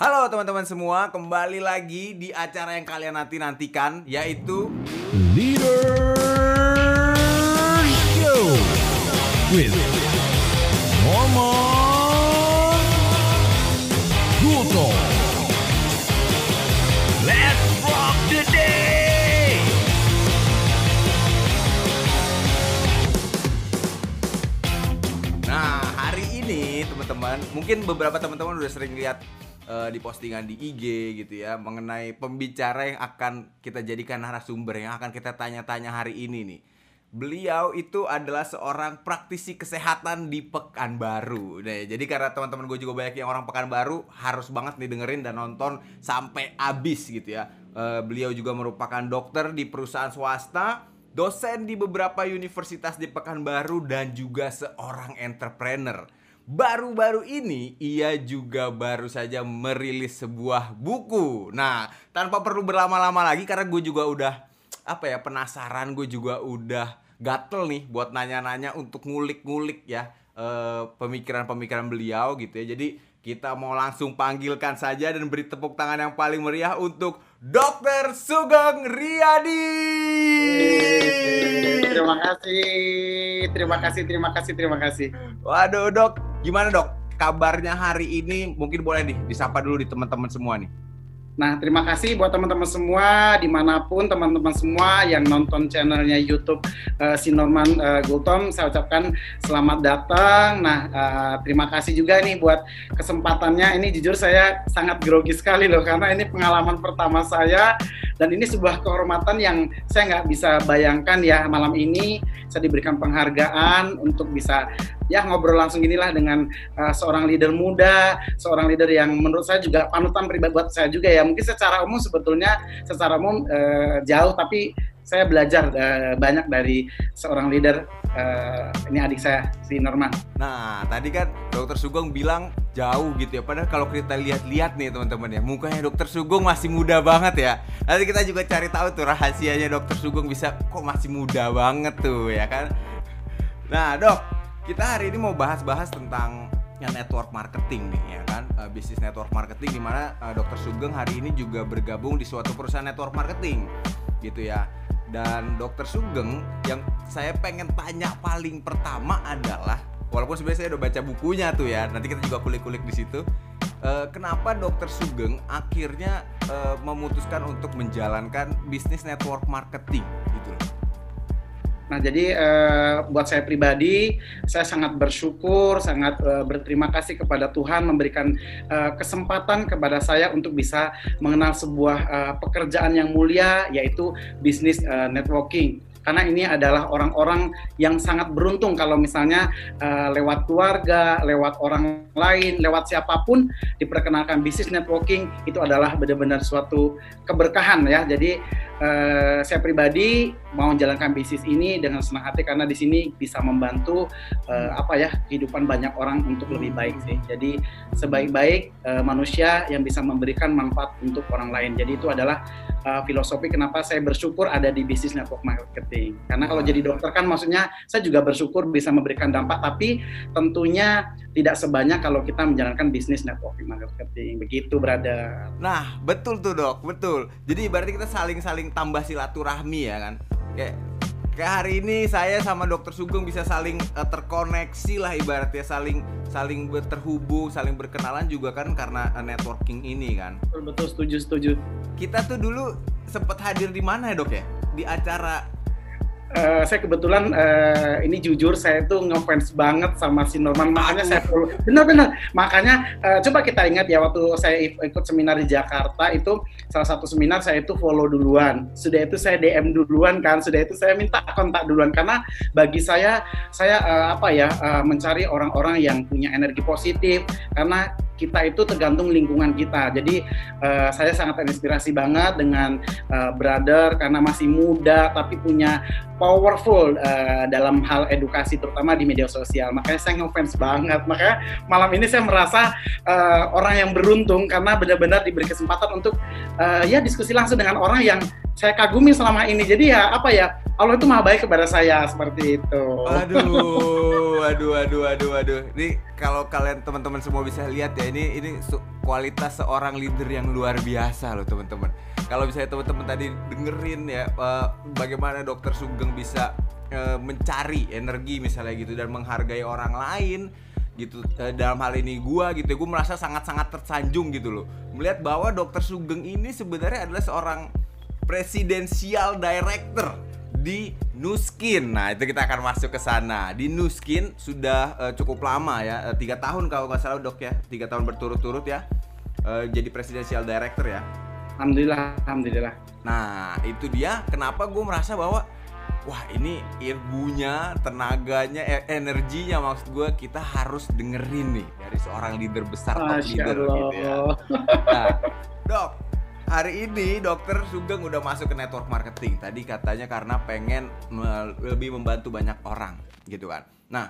Halo teman-teman semua, kembali lagi di acara yang kalian nantikan, yaitu Leader Show with Norman Gulto. Let's rock the day! Nah, hari ini teman-teman, mungkin beberapa teman-teman udah sering lihat di postingan di IG gitu ya, mengenai pembicara yang akan kita jadikan narasumber, yang akan kita tanya-tanya hari ini nih. Beliau itu adalah seorang praktisi kesehatan di Pekanbaru. Nah, jadi karena teman-teman gue juga banyak yang orang Pekanbaru, harus banget nih dengerin dan nonton sampai habis gitu ya. Beliau juga merupakan dokter di perusahaan swasta, dosen di beberapa universitas di Pekanbaru, dan juga seorang entrepreneur. Baru-baru ini ia juga baru saja merilis sebuah buku. Nah, tanpa perlu berlama-lama lagi, karena gue juga udah penasaran, gue juga udah gatel nih buat nanya-nanya untuk ngulik-ngulik ya pemikiran-pemikiran beliau gitu ya. Jadi kita mau langsung panggilkan saja dan beri tepuk tangan yang paling meriah untuk Dr. Sugeng Riyadi. Terima kasih. Waduh dok, gimana dok? Kabarnya hari ini mungkin boleh nih disapa dulu di teman-teman semua nih. Nah, terima kasih buat teman-teman semua, dimanapun teman-teman semua yang nonton channelnya YouTube si Norman Gultom, saya ucapkan selamat datang. Nah, terima kasih juga nih buat kesempatannya. Ini jujur saya sangat grogi sekali loh, karena ini pengalaman pertama saya, dan ini sebuah kehormatan yang saya nggak bisa bayangkan ya. Malam ini saya diberikan penghargaan untuk bisa ya ngobrol langsung inilah dengan seorang leader muda, seorang leader yang menurut saya juga panutan pribadi buat saya juga ya. Mungkin secara umum jauh, tapi saya belajar banyak dari seorang leader. Ini adik saya, si Norman. Nah, tadi kan Dokter Sugeng bilang jauh gitu ya. Padahal kalau kita lihat-lihat nih teman-teman ya, mukanya Dokter Sugeng masih muda banget ya. Nanti kita juga cari tahu tuh rahasianya Dokter Sugeng bisa kok masih muda banget tuh ya kan. Nah dok, kita hari ini mau bahas-bahas tentang network marketing nih ya kan, bisnis network marketing, dimana Dr. Sugeng hari ini juga bergabung di suatu perusahaan network marketing gitu ya. Dan Dr. Sugeng yang saya pengen tanya paling pertama adalah, walaupun sebenarnya saya udah baca bukunya tuh ya, nanti kita juga kulik-kulik di situ, kenapa Dr. Sugeng akhirnya memutuskan untuk menjalankan bisnis network marketing gitu loh. Nah, jadi buat saya pribadi, saya sangat bersyukur, sangat berterima kasih kepada Tuhan memberikan kesempatan kepada saya untuk bisa mengenal sebuah pekerjaan yang mulia, yaitu bisnis networking. Karena ini adalah orang-orang yang sangat beruntung kalau misalnya lewat keluarga, lewat orang lain, lewat siapapun diperkenalkan bisnis networking, itu adalah benar-benar suatu keberkahan ya. Jadi saya pribadi mau menjalankan bisnis ini dengan senang hati, karena di sini bisa membantu kehidupan banyak orang untuk lebih baik sih. Jadi sebaik-baik manusia yang bisa memberikan manfaat untuk orang lain. Jadi itu adalah filosofi kenapa saya bersyukur ada di bisnis network marketing. Karena kalau jadi dokter kan maksudnya saya juga bersyukur bisa memberikan dampak, tapi tentunya tidak sebanyak kalau kita menjalankan bisnis network marketing. Begitu, brother. Nah, betul tuh dok, betul. Jadi berarti kita saling tambah silaturahmi ya kan. Kayak hari ini saya sama Dr. Sugeng bisa saling terkoneksi lah ibaratnya, saling terhubung, saling berkenalan juga kan karena networking ini kan. Betul, setuju. Kita tuh dulu sempat hadir di mana ya dok ya? Di acara saya kebetulan ini jujur saya tuh ngefans banget sama si Norman, makanya saya follow. Benar. Makanya coba kita ingat ya, waktu saya ikut seminar di Jakarta itu salah satu seminar saya itu follow duluan. Sudah itu saya DM duluan kan, sudah itu saya minta kontak duluan, karena bagi saya mencari orang-orang yang punya energi positif, karena kita itu tergantung lingkungan kita. Jadi saya sangat terinspirasi banget dengan brother, karena masih muda tapi punya powerful dalam hal edukasi, terutama di media sosial. Makanya saya ngefans banget. Makanya malam ini saya merasa orang yang beruntung, karena benar-benar diberi kesempatan untuk diskusi langsung dengan orang yang saya kagumi selama ini. Jadi ya apa ya, Allah itu maha baik kepada saya seperti itu. Aduh. Ini kalau kalian teman-teman semua bisa lihat ya, ini kualitas seorang leader yang luar biasa loh teman-teman. Kalau misalnya teman-teman tadi dengerin ya, bagaimana Dokter Sugeng bisa mencari energi misalnya gitu dan menghargai orang lain gitu, dalam hal ini gue merasa sangat-sangat tersanjung gitu loh melihat bahwa Dokter Sugeng ini sebenarnya adalah seorang presidential director di Nuskin. Nah itu kita akan masuk ke sana. Di Nuskin sudah cukup lama ya, 3 tahun kalau nggak salah Dok ya, 3 tahun berturut-turut ya, jadi presidential director ya. Alhamdulillah. Nah itu dia kenapa gue merasa bahwa wah ini ilmunya, tenaganya, energinya maksud gue kita harus dengerin nih dari seorang leader besar, top leader gitu ya. Nah, Dok, hari ini Dokter Sugeng udah masuk ke network marketing. Tadi katanya karena pengen lebih membantu banyak orang gitu kan. Nah,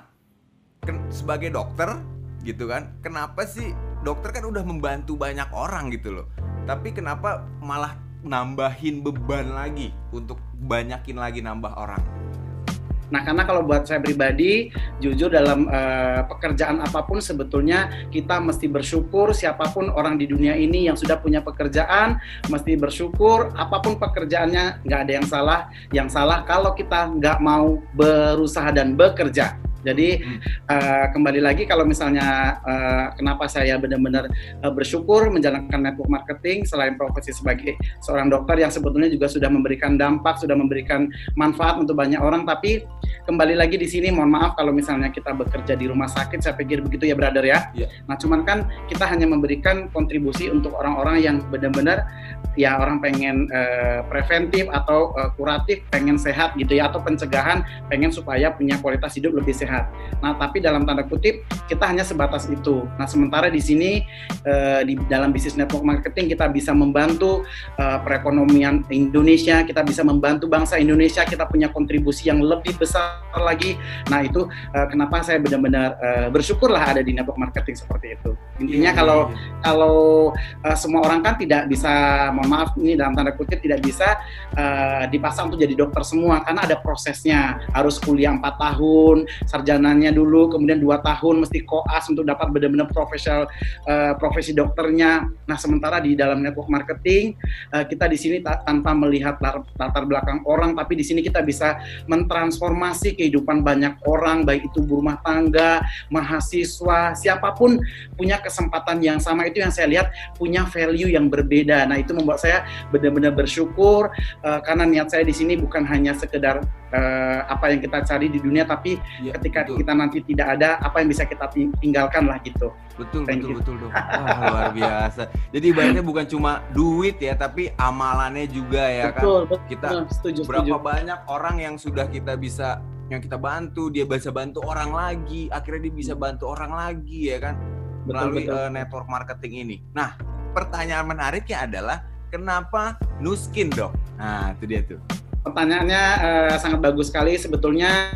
sebagai dokter gitu kan, kenapa sih dokter kan udah membantu banyak orang gitu loh. Tapi kenapa malah nambahin beban lagi untuk banyakin lagi nambah orang? Nah, karena kalau buat saya pribadi, jujur dalam pekerjaan apapun sebetulnya kita mesti bersyukur. Siapapun orang di dunia ini yang sudah punya pekerjaan, mesti bersyukur. Apapun pekerjaannya, nggak ada yang salah. Yang salah kalau kita nggak mau berusaha dan bekerja. Jadi kembali lagi kalau misalnya kenapa saya benar-benar bersyukur menjalankan network marketing selain profesi sebagai seorang dokter yang sebetulnya juga sudah memberikan dampak, sudah memberikan manfaat untuk banyak orang, tapi kembali lagi di sini mohon maaf kalau misalnya kita bekerja di rumah sakit, saya pikir begitu ya brother ya. Yeah. Nah cuman kan kita hanya memberikan kontribusi untuk orang-orang yang benar-benar ya orang pengen preventif atau kuratif, pengen sehat gitu ya, atau pencegahan, pengen supaya punya kualitas hidup lebih sehat. Nah, tapi dalam tanda kutip kita hanya sebatas itu. Nah, sementara di sini di dalam bisnis network marketing kita bisa membantu perekonomian Indonesia, kita bisa membantu bangsa Indonesia, kita punya kontribusi yang lebih besar lagi. Nah, itu kenapa saya benar-benar bersyukurlah ada di network marketing seperti itu. Intinya kalau semua orang kan tidak bisa, mohon maaf ini dalam tanda kutip tidak bisa dipaksa untuk jadi dokter semua karena ada prosesnya. Harus kuliah 4 tahun, sarjananya dulu, kemudian 2 tahun mesti koas untuk dapat benar-benar profesi dokternya. Nah, sementara di dalam network marketing kita di sini tanpa melihat latar belakang orang, tapi di sini kita bisa mentransformasi kehidupan banyak orang, baik itu rumah tangga, mahasiswa, siapapun punya kesempatan yang sama. Itu yang saya lihat punya value yang berbeda. Nah, itu membuat saya benar-benar bersyukur karena niat saya di sini bukan hanya sekedar apa yang kita cari di dunia, tapi ketika kita nanti tidak ada, apa yang bisa kita tinggalkan lah gitu. Betul dong. Luar biasa. Jadi ibaratnya bukan cuma duit ya, tapi amalannya juga ya. Betul, kan. Kita setuju. Banyak orang yang sudah kita bisa, yang kita bantu, dia bisa bantu orang lagi, akhirnya dia bisa bantu orang lagi ya kan, melalui network marketing ini. Nah, pertanyaan menariknya adalah kenapa Nuskin, Dok? Nah, itu dia tuh. Pertanyaannya sangat bagus sekali sebetulnya.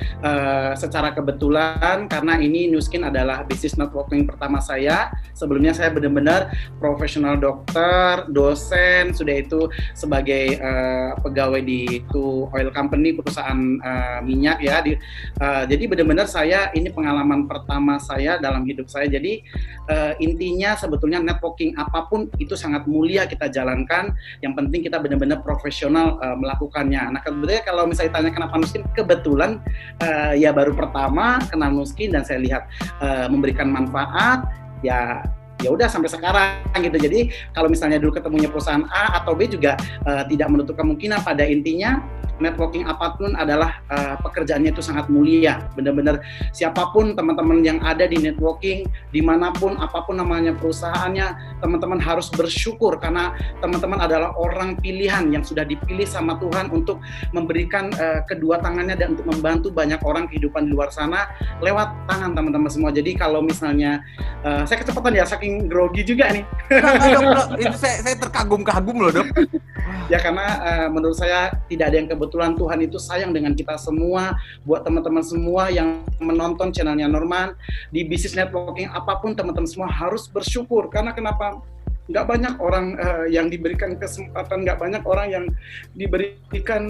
Secara kebetulan karena ini Nuskin adalah bisnis networking pertama saya. Sebelumnya saya benar-benar profesional dokter, dosen, sudah itu sebagai pegawai di itu oil company, perusahaan minyak ya. Jadi benar-benar saya ini pengalaman pertama saya dalam hidup saya. Jadi intinya sebetulnya networking apapun itu sangat mulia kita jalankan. Yang penting kita benar-benar profesional melakukan. Nah, kebetulan kalau misalnya ditanya kenapa Nuskin, kebetulan ya baru pertama kenal Nuskin dan saya lihat memberikan manfaat, ya udah sampai sekarang gitu. Jadi kalau misalnya dulu ketemunya perusahaan A atau B juga tidak menutup kemungkinan. Pada intinya networking apapun adalah pekerjaannya itu sangat mulia. Benar-benar siapapun teman-teman yang ada di networking, dimanapun, apapun namanya perusahaannya, teman-teman harus bersyukur karena teman-teman adalah orang pilihan yang sudah dipilih sama Tuhan untuk memberikan kedua tangannya dan untuk membantu banyak orang kehidupan di luar sana lewat tangan teman-teman semua. Jadi kalau misalnya saya kecepatan ya, saking grogi juga nih. Dok, itu saya terkagum-kagum loh, Dok. Ya karena menurut saya tidak ada yang kebetulan. Tuhan itu sayang dengan kita semua. Buat teman-teman semua yang menonton channelnya Norman, di bisnis networking apapun teman-teman semua harus bersyukur. Karena kenapa? nggak banyak orang yang diberikan kesempatan, nggak banyak orang yang diberikan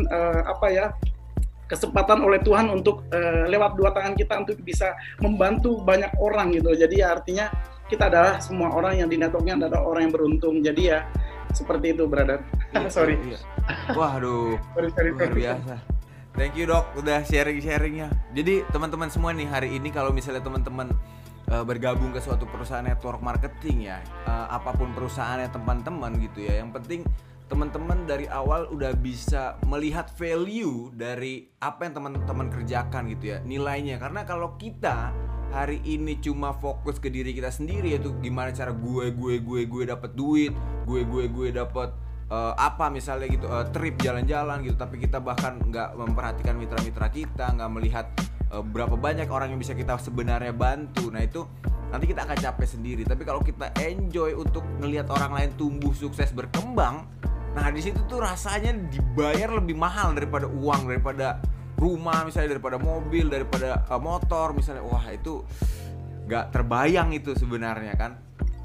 kesempatan oleh Tuhan untuk lewat dua tangan kita untuk bisa membantu banyak orang gitu. Jadi ya artinya kita adalah semua orang yang di networknya adalah orang yang beruntung. Jadi ya seperti itu, brother. Sorry. Iya. Waduh, Sorry. luar biasa. Thank you dok, udah sharing-sharingnya. Jadi teman-teman semua nih hari ini kalau misalnya teman-teman bergabung ke suatu perusahaan network marketing ya, apapun perusahaannya teman-teman gitu ya, yang penting teman-teman dari awal udah bisa melihat value dari apa yang teman-teman kerjakan gitu ya, nilainya. Karena kalau kita hari ini cuma fokus ke diri kita sendiri, yaitu gimana cara gue dapat duit, gue dapat apa misalnya gitu, trip jalan-jalan gitu, tapi kita bahkan nggak memperhatikan mitra-mitra kita, nggak melihat berapa banyak orang yang bisa kita sebenarnya bantu. Nah itu nanti kita akan capek sendiri. Tapi kalau kita enjoy untuk ngelihat orang lain tumbuh, sukses, berkembang, nah di situ tuh rasanya dibayar lebih mahal daripada uang, daripada rumah misalnya, daripada mobil, daripada motor misalnya. Wah itu nggak terbayang itu sebenarnya kan.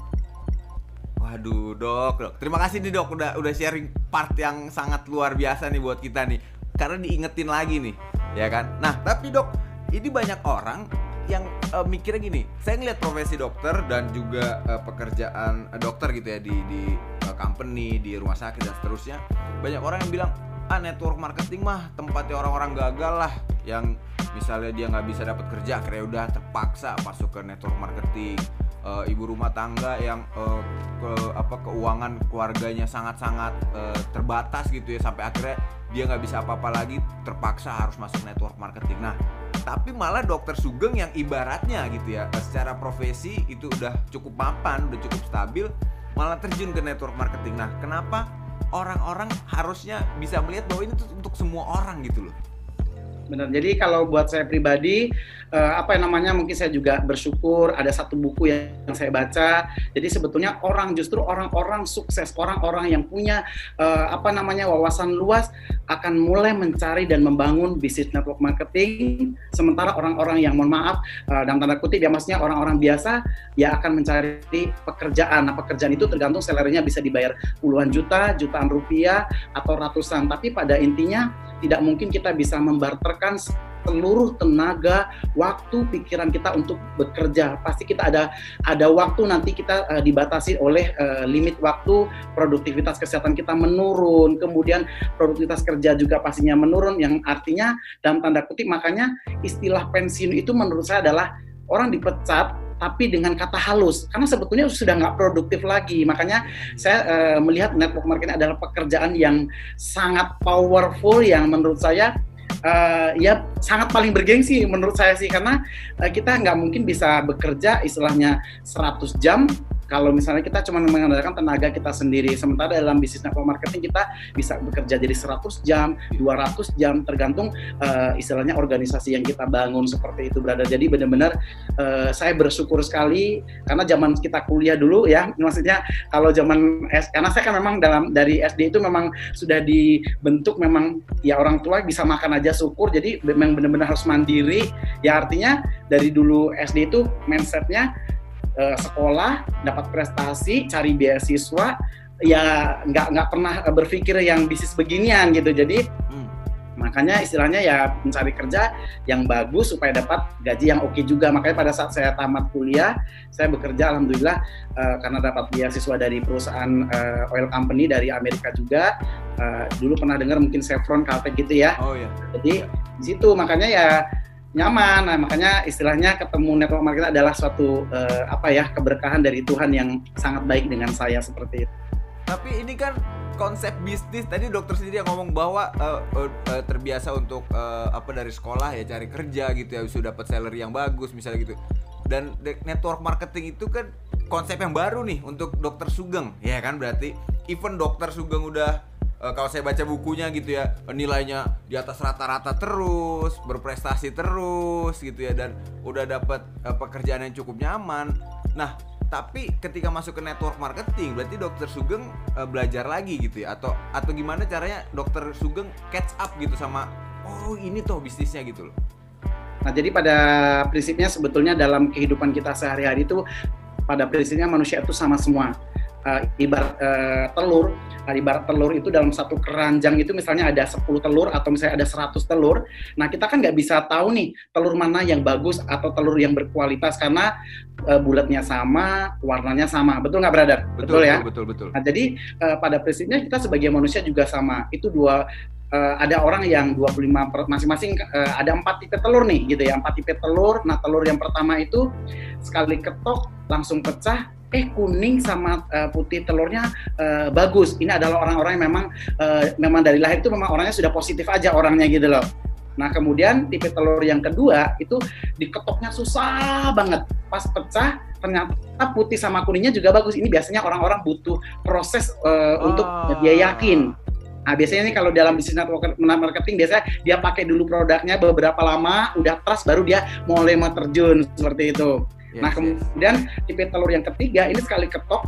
Waduh dok, terima kasih nih dok udah sharing part yang sangat luar biasa nih buat kita nih, karena diingetin lagi nih ya kan. Nah tapi dok, ini banyak orang yang mikirnya gini, saya ngeliat profesi dokter dan juga pekerjaan dokter gitu ya di company, di rumah sakit dan seterusnya, banyak orang yang bilang network marketing mah tempatnya orang-orang gagal lah, yang misalnya dia nggak bisa dapat kerja akhirnya udah terpaksa masuk ke network marketing. Ibu rumah tangga yang keuangan keluarganya sangat-sangat terbatas gitu ya, sampai akhirnya dia nggak bisa apa-apa lagi, terpaksa harus masuk network marketing. Nah tapi malah dokter Sugeng yang ibaratnya gitu ya, secara profesi itu udah cukup mapan, udah cukup stabil, malah terjun ke network marketing. Nah kenapa orang-orang harusnya bisa melihat bahwa ini tuh untuk semua orang gitu loh? Benar. Jadi kalau buat saya pribadi, mungkin saya juga bersyukur ada satu buku yang saya baca. Jadi sebetulnya justru orang-orang sukses, orang-orang yang punya wawasan luas akan mulai mencari dan membangun bisnis network marketing. Sementara orang-orang yang mohon maaf dalam tanda kutip ya, maksudnya orang-orang biasa ya akan mencari pekerjaan. Nah pekerjaan itu tergantung salary-nya bisa dibayar puluhan juta, jutaan rupiah atau ratusan. Tapi pada intinya tidak mungkin kita bisa membarterkan seluruh tenaga, waktu, pikiran kita untuk bekerja. Pasti kita ada waktu nanti kita dibatasi oleh limit waktu, produktivitas kesehatan kita menurun, kemudian produktivitas kerja juga pastinya menurun, yang artinya dalam tanda kutip, makanya istilah pensiun itu menurut saya adalah orang dipecat tapi dengan kata halus, karena sebetulnya sudah nggak produktif lagi. Makanya saya melihat network marketing adalah pekerjaan yang sangat powerful, yang menurut saya ya sangat paling bergengsi menurut saya sih, karena kita nggak mungkin bisa bekerja istilahnya 100 jam kalau misalnya kita cuma mengandalkan tenaga kita sendiri. Sementara dalam bisnis network marketing kita bisa bekerja jadi 100 jam, 200 jam, tergantung istilahnya organisasi yang kita bangun, seperti itu, brother. Jadi benar-benar saya bersyukur sekali, karena zaman kita kuliah dulu ya, maksudnya kalau zaman karena saya kan memang dari SD itu memang sudah dibentuk, memang ya orang tua bisa makan aja syukur, jadi memang benar-benar harus mandiri. Ya artinya dari dulu SD itu mindsetnya sekolah, dapat prestasi, cari beasiswa, ya nggak pernah berpikir yang bisnis beginian gitu. Jadi makanya istilahnya ya mencari kerja yang bagus supaya dapat gaji yang oke juga. Makanya pada saat saya tamat kuliah, saya bekerja alhamdulillah karena dapat beasiswa dari perusahaan oil company dari Amerika juga. Dulu pernah dengar mungkin Chevron, Caltech gitu ya. Oh iya. Jadi di situ makanya ya nyaman. Nah, makanya istilahnya ketemu network marketing adalah suatu keberkahan dari Tuhan yang sangat baik dengan saya, seperti itu. Tapi ini kan konsep bisnis, tadi dokter sendiri yang ngomong bahwa terbiasa untuk dari sekolah ya cari kerja gitu ya, sudah dapat salary yang bagus misalnya gitu. Dan network marketing itu kan konsep yang baru nih untuk dokter Sugeng, ya kan? Berarti even dokter Sugeng udah kalau saya baca bukunya gitu ya, nilainya di atas rata-rata terus, berprestasi terus gitu ya, dan udah dapat pekerjaan yang cukup nyaman. Nah, tapi ketika masuk ke network marketing, berarti dokter Sugeng belajar lagi gitu ya, atau gimana caranya dokter Sugeng catch up gitu sama ini tuh bisnisnya gitu loh. Nah, jadi pada prinsipnya sebetulnya dalam kehidupan kita sehari-hari itu pada prinsipnya manusia itu sama semua. ibarat telur. Ibarat telur itu dalam satu keranjang itu misalnya ada 10 telur atau misalnya ada 100 telur. Nah, kita kan nggak bisa tahu nih telur mana yang bagus atau telur yang berkualitas karena bulatnya sama, warnanya sama. Betul nggak, brother? Betul ya? Betul. Nah, jadi pada prinsipnya kita sebagai manusia juga sama. Itu ada orang yang 25 masing-masing ada 4 tipe telur nih gitu ya, 4 tipe telur. Nah, telur yang pertama itu sekali ketok langsung pecah, kuning sama putih telurnya bagus. Ini adalah orang-orang yang memang dari lahir itu memang orangnya sudah positif aja orangnya gitu loh. Nah, kemudian tipe telur yang kedua itu diketoknya susah banget. Pas pecah ternyata putih sama kuningnya juga bagus. Ini biasanya orang-orang butuh proses untuk dia yakin. Nah, biasanya nih kalau dalam bisnis network marketing biasanya dia pakai dulu produknya beberapa lama, udah trust baru dia mulai mau terjun seperti itu. Nah, kemudian tipe telur yang ketiga ini sekali ketok,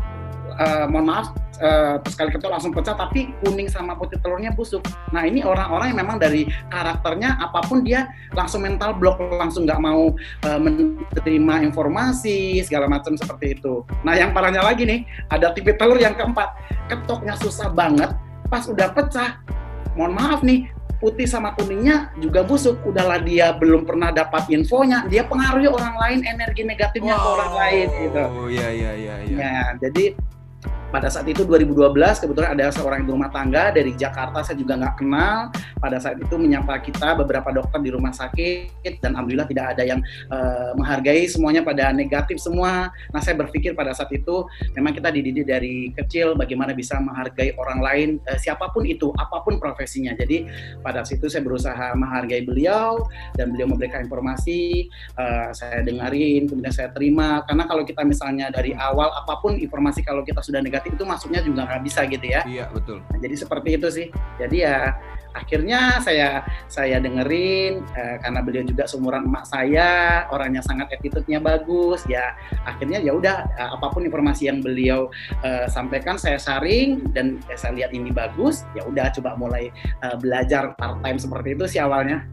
sekali ketok langsung pecah tapi kuning sama putih telurnya busuk. Nah, ini orang-orang yang memang dari karakternya apapun dia langsung mental block, langsung nggak mau menerima informasi segala macam seperti itu. Nah, yang parahnya lagi nih ada tipe telur yang keempat, ketoknya susah banget. Pas udah pecah, mohon maaf nih, putih sama kuningnya juga busuk. Udahlah dia belum pernah dapat infonya, dia pengaruhi orang lain, energi negatifnya ke orang lain gitu. Oh iya. Ya, jadi pada saat itu 2012 kebetulan ada seorang ibu rumah tangga dari Jakarta, saya juga nggak kenal. Pada saat itu menyapa kita beberapa dokter di rumah sakit dan alhamdulillah tidak ada yang menghargai, semuanya pada negatif semua. Nah, saya berpikir pada saat itu memang kita dididik dari kecil bagaimana bisa menghargai orang lain, siapapun itu, apapun profesinya. Jadi pada saat itu saya berusaha menghargai beliau dan beliau memberikan informasi, saya dengarin, kemudian saya terima. Karena kalau kita misalnya dari awal apapun informasi kalau kita sudah negatif itu masuknya juga nggak bisa gitu ya. Iya, betul. Nah, jadi seperti itu sih. Jadi ya akhirnya saya dengerin karena beliau juga seumuran emak saya, orangnya sangat attitude-nya bagus. Ya akhirnya ya udah apapun informasi yang beliau sampaikan saya saring dan saya lihat ini bagus, ya udah coba mulai belajar part time seperti itu sih awalnya.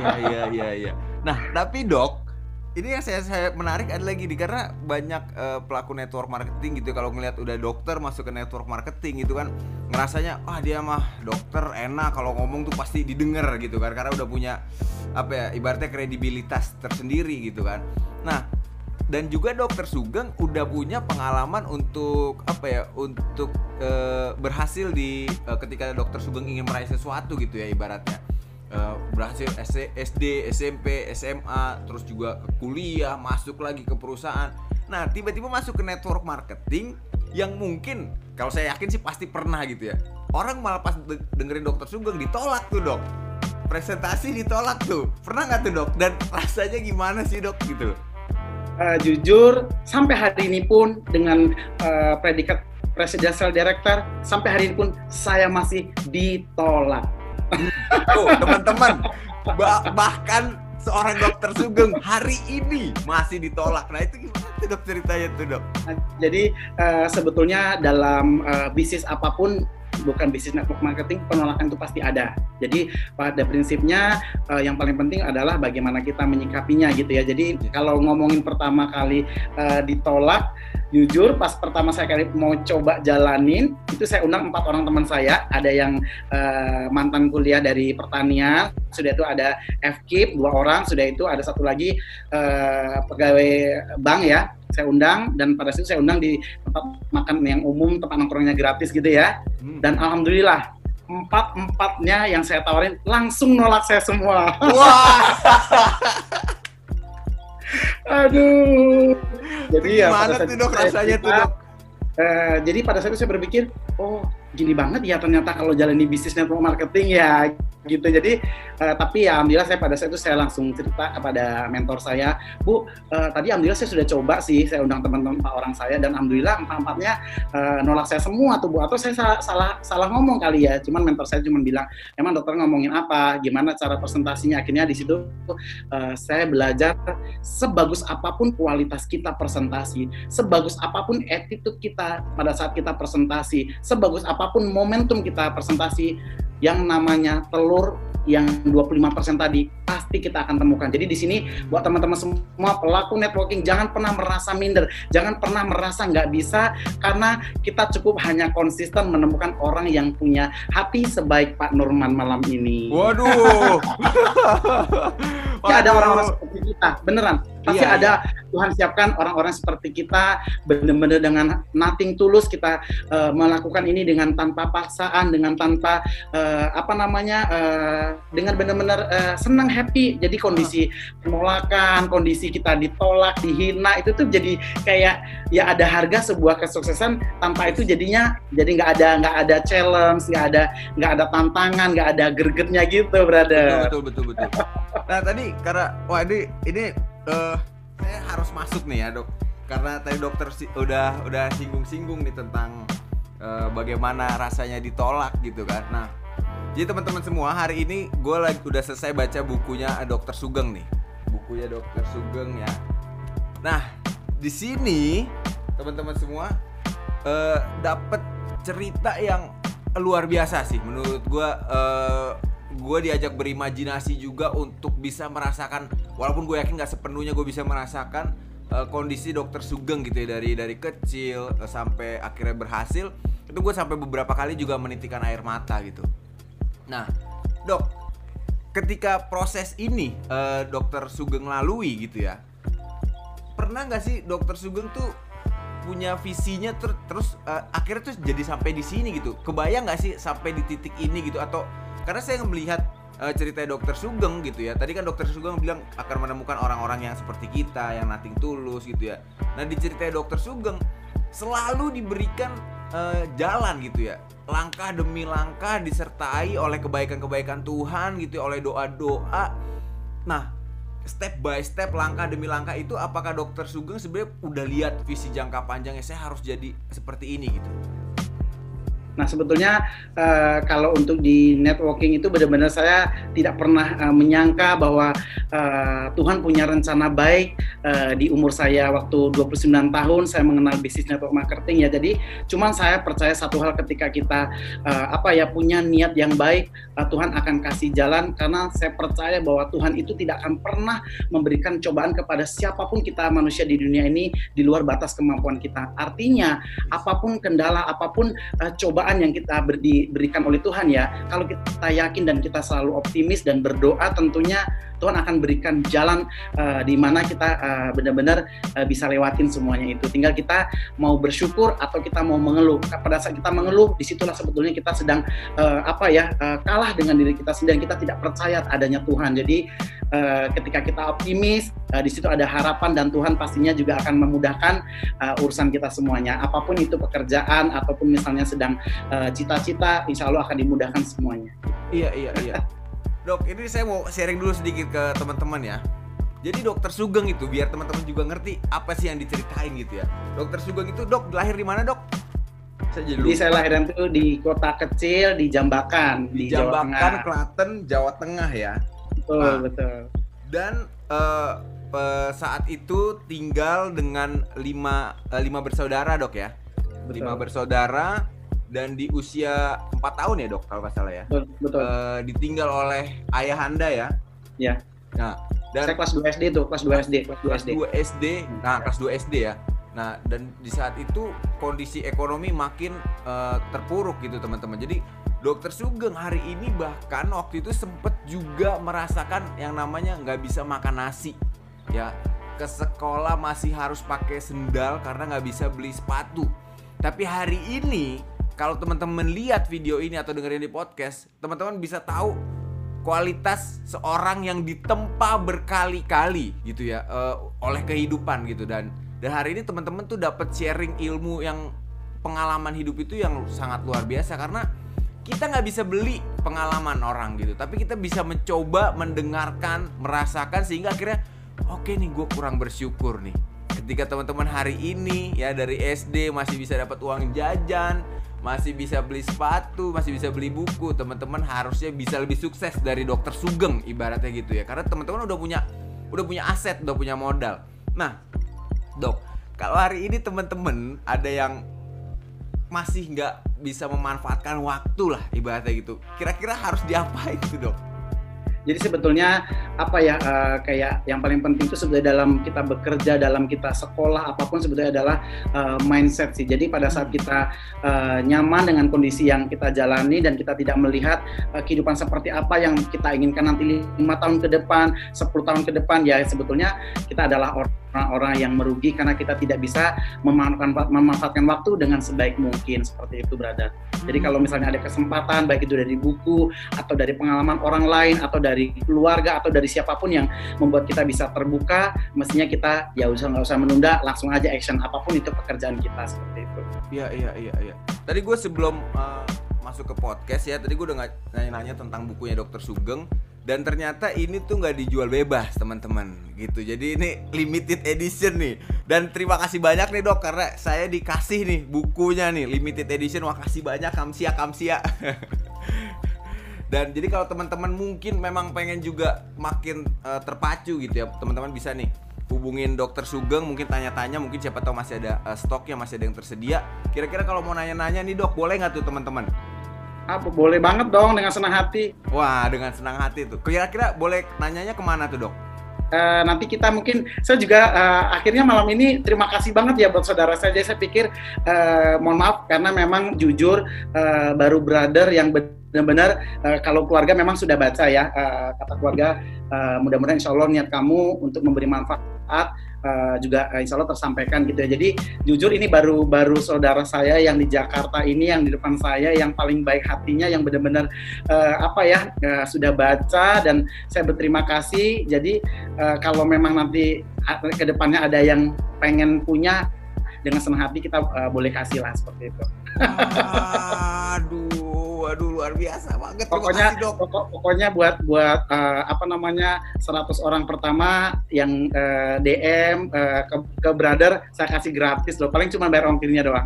Iya. Nah, tapi Dok, ini yang saya menarik adalah gini, karena banyak pelaku network marketing gitu kalau ngelihat udah dokter masuk ke network marketing gitu kan, ngerasanya dia mah dokter enak, kalau ngomong tuh pasti didengar gitu kan, karena udah punya ibaratnya kredibilitas tersendiri gitu kan. Nah, dan juga Dokter Sugeng udah punya pengalaman untuk untuk berhasil di ketika Dokter Sugeng ingin meraih sesuatu gitu ya, ibaratnya berhasil SD, SMP, SMA, terus juga ke kuliah, masuk lagi ke perusahaan. Nah, tiba-tiba masuk ke network marketing yang mungkin kalau saya yakin sih pasti pernah gitu ya. Orang malah pas dengerin Dokter Sugeng ditolak tuh, Dok. Presentasi ditolak tuh. Pernah nggak tuh, Dok? Dan rasanya gimana sih, Dok, gitu? Jujur, sampai hari ini pun dengan predikat Presidential Director, sampai hari ini pun saya masih ditolak. Tuh, teman-teman, bahkan seorang Dokter Sugeng hari ini masih ditolak. Nah, itu gimana tuh, Dok, ceritanya tuh, Dok? Jadi sebetulnya dalam bisnis apapun, bukan bisnis network marketing, penolakan itu pasti ada. Jadi pada prinsipnya yang paling penting adalah bagaimana kita menyikapinya gitu ya. Jadi kalau ngomongin pertama kali ditolak, jujur pas pertama saya kali mau coba jalanin, itu saya undang 4 orang teman saya. Ada yang mantan kuliah dari pertanian, sudah itu ada FKIP 2 orang, sudah itu ada satu lagi pegawai bank ya. Saya undang, dan pada situ saya undang di tempat makan yang umum, tempat nongkrongnya gratis gitu ya. Dan alhamdulillah 4-4-nya yang saya tawarin langsung nolak saya semua. Wah. Aduh. Jadi ya gimana tuh, Dok, rasanya tuh, Dok? Jadi pada saat itu saya berpikir, oh gini banget ya ternyata kalau jalan di bisnis network marketing ya gitu. Jadi tapi ya alhamdulillah saya pada saat itu saya langsung cerita kepada mentor saya, Bu, tadi alhamdulillah saya sudah coba sih, saya undang teman-teman 4 orang saya dan alhamdulillah 4-4-nya nolak saya semua tuh, Bu. Atau saya salah ngomong kali ya. Cuman mentor saya cuma bilang, emang dokter ngomongin apa, gimana cara presentasinya. Akhirnya di situ saya belajar sebagus apapun kualitas kita presentasi, sebagus apapun attitude kita pada saat kita presentasi, sebagus apapun momentum kita presentasi, yang namanya telur yang 25% tadi pasti kita akan temukan. Jadi di sini buat teman-teman semua pelaku networking, jangan pernah merasa minder, jangan pernah merasa nggak bisa, karena kita cukup hanya konsisten menemukan orang yang punya hati sebaik Pak Nurman malam ini. Waduh. Pasti ada orang-orang seperti kita, beneran. Pasti Iya, ada, Tuhan siapkan orang-orang seperti kita, benar-benar dengan nothing tulus kita melakukan ini dengan tanpa paksaan, dengan tanpa dengan benar-benar senang, happy. Jadi kondisi penolakan, kondisi kita ditolak, dihina, itu tuh jadi kayak ya ada harga sebuah kesuksesan. Tanpa itu jadinya jadi nggak ada challenge, nggak ada tantangan, nggak ada gregetnya gitu, brother. Betul. Nah tadi karena ini saya harus masuk nih ya dok, karena tadi dokter udah singgung nih tentang bagaimana rasanya ditolak gitu kan. Nah jadi teman-teman semua, hari ini gue udah selesai baca bukunya Dr. Sugeng nih, bukunya Dr. Sugeng ya. Nah di sini teman-teman semua dapat cerita yang luar biasa sih menurut gue. Gue diajak berimajinasi juga untuk bisa merasakan, walaupun gue yakin gak sepenuhnya gue bisa merasakan kondisi Dr. Sugeng gitu ya, dari kecil sampai akhirnya berhasil. Itu gue sampai beberapa kali juga menitikan air mata gitu. Nah dok, ketika proses ini Dr. Sugeng lalui gitu ya, pernah gak sih Dr. Sugeng tuh punya visinya terus akhirnya tuh jadi sampai di sini gitu? Kebayang gak sih sampai di titik ini gitu? Atau karena saya melihat cerita Dr. Sugeng gitu ya. Tadi kan Dr. Sugeng bilang akan menemukan orang-orang yang seperti kita, yang nothing tulus gitu ya. Nah di cerita Dr. Sugeng selalu diberikan jalan gitu ya, langkah demi langkah disertai oleh kebaikan-kebaikan Tuhan gitu ya, oleh doa-doa. Nah step by step, langkah demi langkah itu, apakah Dr. Sugeng sebenarnya udah lihat visi jangka panjangnya, saya harus jadi seperti ini gitu? Nah sebetulnya kalau untuk di networking itu benar-benar saya tidak pernah menyangka bahwa Tuhan punya rencana baik di umur saya waktu 29 tahun saya mengenal bisnis network marketing ya. Jadi cuman saya percaya satu hal, ketika kita punya niat yang baik, Tuhan akan kasih jalan, karena saya percaya bahwa Tuhan itu tidak akan pernah memberikan cobaan kepada siapapun kita manusia di dunia ini di luar batas kemampuan kita. Artinya apapun kendala, apapun cobaan yang kita diberikan oleh Tuhan ya, kalau kita yakin dan kita selalu optimis dan berdoa, tentunya Tuhan akan berikan jalan di mana kita benar-benar bisa lewatin semuanya itu. Tinggal kita mau bersyukur atau kita mau mengeluh. Pada saat kita mengeluh, disitulah sebetulnya kita sedang kalah dengan diri kita sendiri, kita tidak percaya adanya Tuhan. Jadi ketika kita optimis, di situ ada harapan, dan Tuhan pastinya juga akan memudahkan urusan kita semuanya. Apapun itu pekerjaan ataupun misalnya sedang cita-cita, insya Allah akan dimudahkan semuanya. Iya. Dok, ini saya mau sharing dulu sedikit ke teman-teman ya. Jadi Dr. Sugeng itu, biar teman-teman juga ngerti apa sih yang diceritain gitu ya. Dr. Sugeng itu dok lahir di mana dok? Jadi saya lahiran itu di kota kecil di Jambakan, di Jawa Tengah. Klaten, Jawa Tengah ya. Betul. Dan saat itu tinggal dengan lima bersaudara dok ya. Betul. 5 bersaudara, dan di usia 4 tahun ya dok kalau nggak salah ya. Betul. Ditinggal oleh ayahanda ya. Ya. Nah, dan saya kelas 2 SD tuh, kelas 2 SD. Nah, kelas 2 SD ya. Nah, dan di saat itu kondisi ekonomi makin terpuruk gitu teman-teman. Jadi Dr. Sugeng hari ini bahkan waktu itu sempet juga merasakan yang namanya nggak bisa makan nasi ya. Ke sekolah masih harus pakai sendal karena nggak bisa beli sepatu. Tapi hari ini kalau teman-teman lihat video ini atau dengerin di podcast, teman-teman bisa tahu kualitas seorang yang ditempa berkali-kali gitu ya oleh kehidupan gitu. Dan hari ini teman-teman tuh dapat sharing ilmu yang pengalaman hidup itu yang sangat luar biasa, karena kita nggak bisa beli pengalaman orang gitu, tapi kita bisa mencoba mendengarkan, merasakan, sehingga akhirnya oke nih, gue kurang bersyukur nih ketika teman-teman hari ini ya dari SD masih bisa dapat uang jajan, masih bisa beli sepatu, masih bisa beli buku. Teman-teman harusnya bisa lebih sukses dari Dr. Sugeng ibaratnya gitu ya, karena teman-teman udah punya aset, udah punya modal. Nah dok, kalau hari ini teman-teman ada yang masih nggak bisa memanfaatkan waktu lah ibaratnya gitu, kira-kira harus diapain gitu dok? Jadi sebetulnya apa ya kayak yang paling penting itu sebetulnya dalam kita bekerja, dalam kita sekolah apapun sebetulnya adalah mindset sih. Jadi pada saat kita nyaman dengan kondisi yang kita jalani dan kita tidak melihat kehidupan seperti apa yang kita inginkan nanti 5 tahun ke depan, 10 tahun ke depan, ya sebetulnya kita adalah orang-orang yang merugi karena kita tidak bisa memanfaatkan waktu dengan sebaik mungkin, seperti itu, brother. Jadi kalau misalnya ada kesempatan, baik itu dari buku atau dari pengalaman orang lain atau dari keluarga atau dari siapapun yang membuat kita bisa terbuka, mestinya kita ya nggak usah menunda, langsung aja action apapun itu pekerjaan kita, seperti itu. Iya. Tadi gue sebelum masuk ke podcast ya, tadi gue udah nanya-nanya tentang bukunya Dr. Sugeng. Dan ternyata ini tuh nggak dijual bebas, teman-teman, gitu. Jadi ini limited edition nih. Dan terima kasih banyak nih, Dok, karena saya dikasih nih bukunya nih, limited edition. Makasih banyak, kamsia. Dan jadi kalau teman-teman mungkin memang pengen juga makin terpacu gitu ya, teman-teman bisa nih hubungin Dr. Sugeng, mungkin tanya-tanya, mungkin siapa tahu masih ada stoknya, masih ada yang tersedia. Kira-kira kalau mau nanya-nanya nih, Dok, boleh nggak tuh teman-teman? Boleh banget dong, dengan senang hati. Wah, dengan senang hati tuh. Kira-kira boleh nanyanya kemana tuh, Dok? Nanti kita mungkin, saya juga akhirnya malam ini terima kasih banget ya buat saudara saya. Jadi saya pikir, mohon maaf karena memang jujur baru brother yang benar-benar kalau keluarga memang sudah baca ya, kata keluarga, mudah-mudahan insya Allah niat kamu untuk memberi manfaat juga insya Allah tersampaikan gitu ya. Jadi jujur ini baru saudara saya yang di Jakarta ini, yang di depan saya, yang paling baik hatinya, yang benar-benar sudah baca, dan saya berterima kasih. Jadi kalau memang nanti ke depannya ada yang pengen punya, dengan senang hati kita boleh kasih lah, seperti itu. Aduh, luar biasa banget. Pokoknya buat 100 orang pertama yang DM ke brother, saya kasih gratis loh. Paling cuma bayar ongkirnya doang.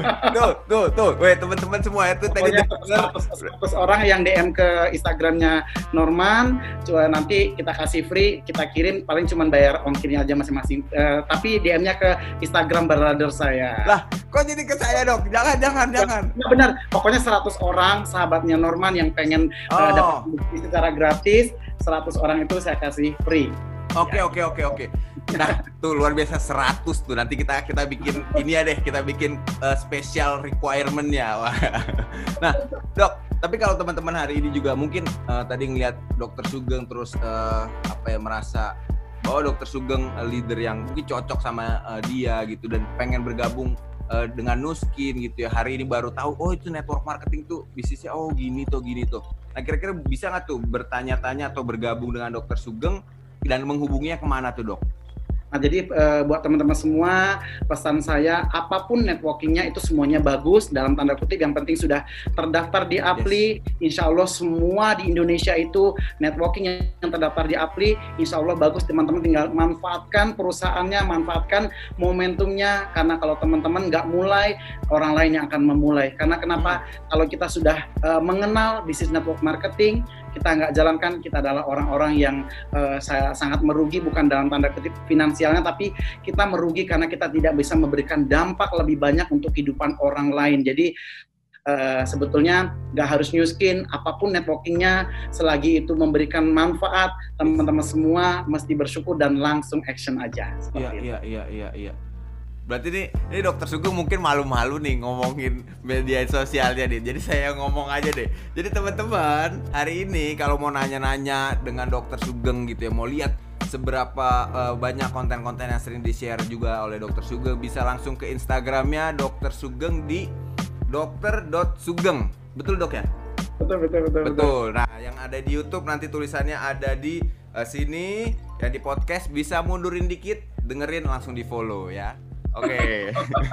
Tuh. Weh, teman-teman semua itu tadi 100 orang yang DM ke Instagramnya Norman, coba nanti kita kasih free, kita kirim, paling cuma bayar ongkirnya aja masing-masing. Tapi DM-nya ke Instagram brother saya. Lah, kok jadi ke saya, Dok? Jangan. Ya, benar. Pokoknya 100 orang sahabatnya Norman yang pengen dapat bukti secara gratis, 100 orang itu saya kasih free. Oke. Nah, tuh luar biasa 100 tuh. Nanti kita bikin ini ya deh, kita bikin special requirement-nya. Nah, Dok, tapi kalau teman-teman hari ini juga mungkin tadi ngeliat Dr. Sugeng terus merasa bahwa Dr. Sugeng leader yang mungkin cocok sama dia gitu dan pengen bergabung dengan Nuskin gitu ya. Hari ini baru tahu, oh itu network marketing tuh bisnisnya, oh gini tuh. Nah, kira-kira bisa nggak tuh bertanya-tanya atau bergabung dengan Dr. Sugeng dan menghubunginya kemana tuh, Dok? Nah, jadi buat teman-teman semua, pesan saya, apapun networkingnya itu semuanya bagus, dalam tanda kutip, yang penting sudah terdaftar di Apply. Yes. Insya Allah semua di Indonesia itu networking yang terdaftar di Apply, insya Allah bagus. Teman-teman tinggal manfaatkan perusahaannya, manfaatkan momentumnya, karena kalau teman-teman nggak mulai, orang lain yang akan memulai. Karena kenapa? Kalau kita sudah mengenal bisnis network marketing, kita nggak jalankan, kita adalah orang-orang yang sangat merugi, bukan dalam tanda kutip finansialnya, tapi kita merugi karena kita tidak bisa memberikan dampak lebih banyak untuk kehidupan orang lain. Jadi sebetulnya nggak harus Nuskin, apapun networkingnya, selagi itu memberikan manfaat, teman-teman semua mesti bersyukur dan langsung action aja. Iya. Berarti ini Dr. Sugeng mungkin malu-malu nih ngomongin media sosialnya nih. Jadi saya ngomong aja deh. Jadi teman-teman, hari ini kalau mau nanya-nanya dengan Dr. Sugeng gitu ya, mau lihat seberapa banyak konten-konten yang sering di-share juga oleh Dr. Sugeng, bisa langsung ke Instagramnya Dr. Sugeng di dr.sugeng. Betul, Dok ya? Betul. Nah, yang ada di YouTube nanti tulisannya ada di sini, yang di podcast bisa mundurin dikit, dengerin langsung di-follow ya. Oke.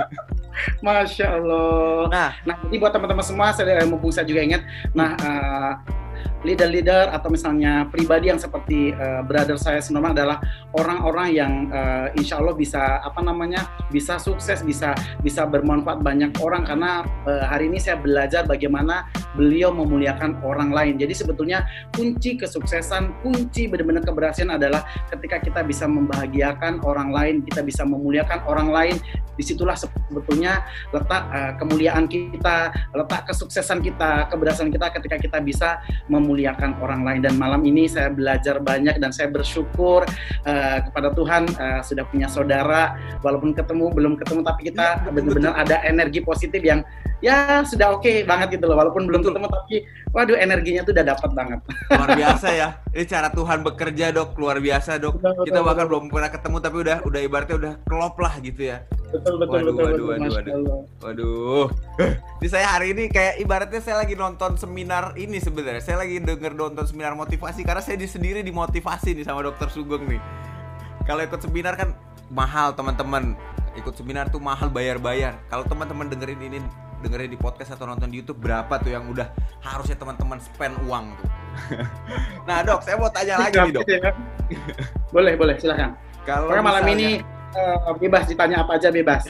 Masya Allah. Nah, jadi buat teman-teman semua, mumpung saya juga ingat, leader-leader atau misalnya pribadi yang seperti brother saya Norman adalah orang-orang yang insya Allah bisa sukses, bisa bermanfaat banyak orang, karena hari ini saya belajar bagaimana beliau memuliakan orang lain. Jadi sebetulnya kunci kesuksesan, kunci benar-benar keberhasilan adalah ketika kita bisa membahagiakan orang lain, kita bisa memuliakan orang lain. Disitulah sebetulnya letak kemuliaan kita, letak kesuksesan kita, keberhasilan kita ketika kita bisa memuliakan orang lain. Dan malam ini saya belajar banyak dan saya bersyukur kepada Tuhan sudah punya saudara, walaupun belum ketemu, tapi kita benar-benar ada energi positif yang ya sudah oke banget gitu loh, walaupun belum ketemu tapi waduh energinya tuh udah dapat banget. Luar biasa ya, ini cara Tuhan bekerja Dok, luar biasa Dok. Kita bahkan belum pernah ketemu tapi udah ibaratnya udah klop lah gitu ya. Betul. Waduh. Jadi saya hari ini kayak ibaratnya saya lagi nonton seminar ini sebenarnya. Saya lagi nonton seminar motivasi karena saya sendiri dimotivasi nih sama Dokter Sugeng nih. Kalau ikut seminar kan mahal teman-teman. Ikut seminar tuh mahal, bayar. Kalau teman-teman dengerin di podcast atau nonton di YouTube, berapa tuh yang udah harusnya teman-teman spend uang tuh. Nah Dok, saya mau tanya lagi nih Dok. Boleh silakan. Kalau malam ini bebas ditanya apa aja, bebas.